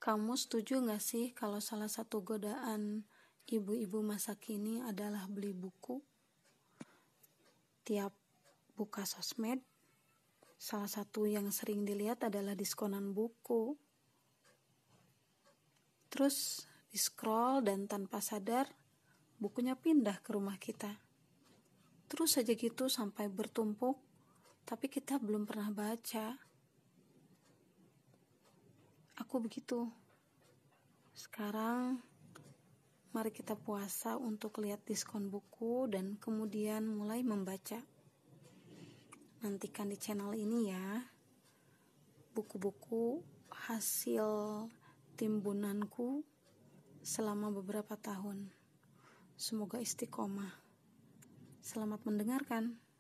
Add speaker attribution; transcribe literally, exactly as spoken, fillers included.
Speaker 1: Kamu setuju gak sih kalau salah satu godaan ibu-ibu masa kini adalah beli buku? Tiap buka sosmed, salah satu yang sering dilihat adalah diskonan buku. Terus di-scroll dan tanpa sadar, bukunya pindah ke rumah kita. Terus saja gitu sampai bertumpuk, tapi kita belum pernah baca. Aku begitu. Sekarang mari kita puasa untuk lihat diskon buku dan kemudian mulai membaca. Nantikan di channel ini ya, buku-buku hasil timbunanku selama beberapa tahun. Semoga istiqomah. Selamat mendengarkan.